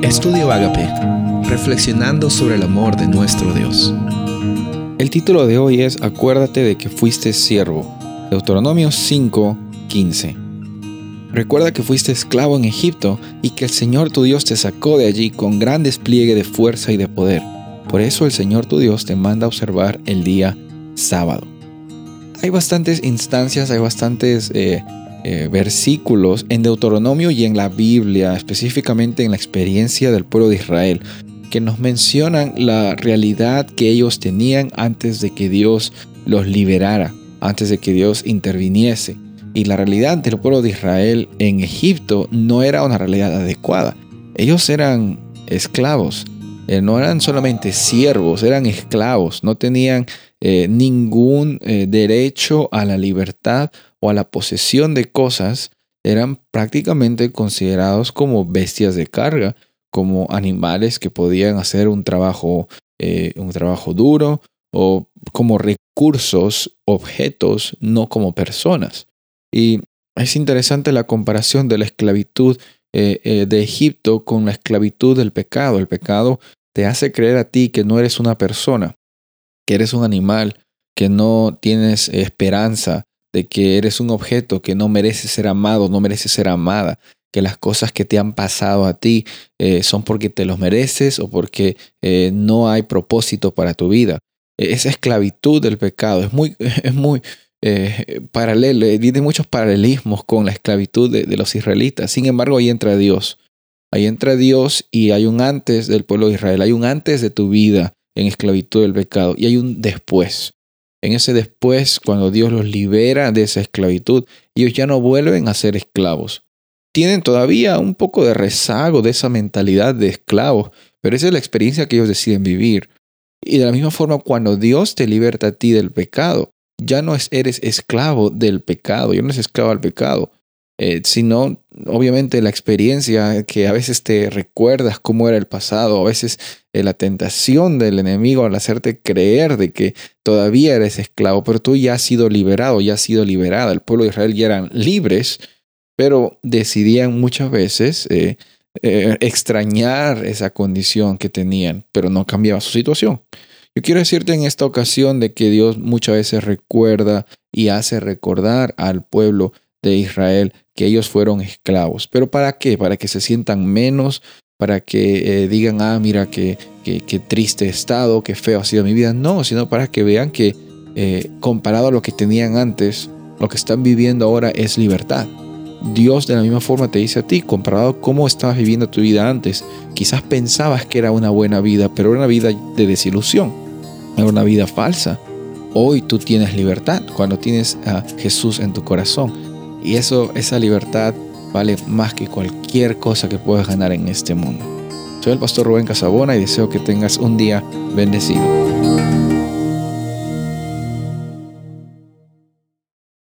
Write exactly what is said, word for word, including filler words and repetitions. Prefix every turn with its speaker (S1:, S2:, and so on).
S1: Estudio Ágape, reflexionando sobre el amor de nuestro Dios.
S2: El título de hoy es Acuérdate de que fuiste siervo. Deuteronomio cinco, quince. Recuerda que fuiste esclavo en Egipto y que el Señor tu Dios te sacó de allí con gran despliegue de fuerza y de poder. Por eso el Señor tu Dios te manda a observar el día sábado. Hay bastantes instancias, hay bastantes eh, eh, versículos en Deuteronomio y en la Biblia, específicamente en la experiencia del pueblo de Israel, que nos mencionan la realidad que ellos tenían antes de que Dios los liberara, antes de que Dios interviniese. Y la realidad del pueblo de Israel en Egipto no era una realidad adecuada. Ellos eran esclavos, eh, no eran solamente siervos, eran esclavos, no tenían eh, ningún eh, derecho a la libertad o a la posesión de cosas. Eran prácticamente considerados como bestias de carga, como animales que podían hacer un trabajo, eh, un trabajo duro, o como recursos, objetos, no como personas. Y es interesante la comparación de la esclavitud eh, eh, de Egipto con la esclavitud del pecado. El pecado te hace creer a ti que no eres una persona, que eres un animal, que no tienes esperanza, de que eres un objeto, que no mereces ser amado, no mereces ser amada, que las cosas que te han pasado a ti eh, son porque te los mereces o porque eh, no hay propósito para tu vida. Esa esclavitud del pecado es muy, es muy eh, paralelo, tiene muchos paralelismos con la esclavitud de, de los israelitas. Sin embargo, ahí entra Dios. Ahí entra Dios y hay un antes del pueblo de Israel, hay un antes de tu vida en esclavitud del pecado y hay un después. En ese después, cuando Dios los libera de esa esclavitud, ellos ya no vuelven a ser esclavos. Tienen todavía un poco de rezago de esa mentalidad de esclavos, pero esa es la experiencia que ellos deciden vivir. Y de la misma forma, cuando Dios te liberta a ti del pecado, ya no eres esclavo del pecado, ya no eres esclavo al pecado, eh, sino obviamente la experiencia que a veces te recuerdas cómo era el pasado, a veces eh, la tentación del enemigo al hacerte creer de que todavía eres esclavo, pero tú ya has sido liberado, ya has sido liberada. El pueblo de Israel ya eran libres, pero decidían muchas veces eh, eh, extrañar esa condición que tenían, pero no cambiaba su situación. Yo quiero decirte en esta ocasión de que Dios muchas veces recuerda y hace recordar al pueblo de Israel que ellos fueron esclavos. ¿Pero para qué? Para que se sientan menos, para que eh, digan, ah, mira, qué, qué, qué triste he estado, qué feo ha sido mi vida. No, sino para que vean que eh, comparado a lo que tenían antes, lo que están viviendo ahora es libertad. Dios de la misma forma te dice a ti, comparado a cómo estabas viviendo tu vida antes, quizás pensabas que era una buena vida, pero era una vida de desilusión, era una vida falsa. Hoy tú tienes libertad cuando tienes a Jesús en tu corazón, y eso, esa libertad vale más que cualquier cosa que puedas ganar en este mundo. Soy el pastor Rubén Casabona y deseo que tengas un día bendecido.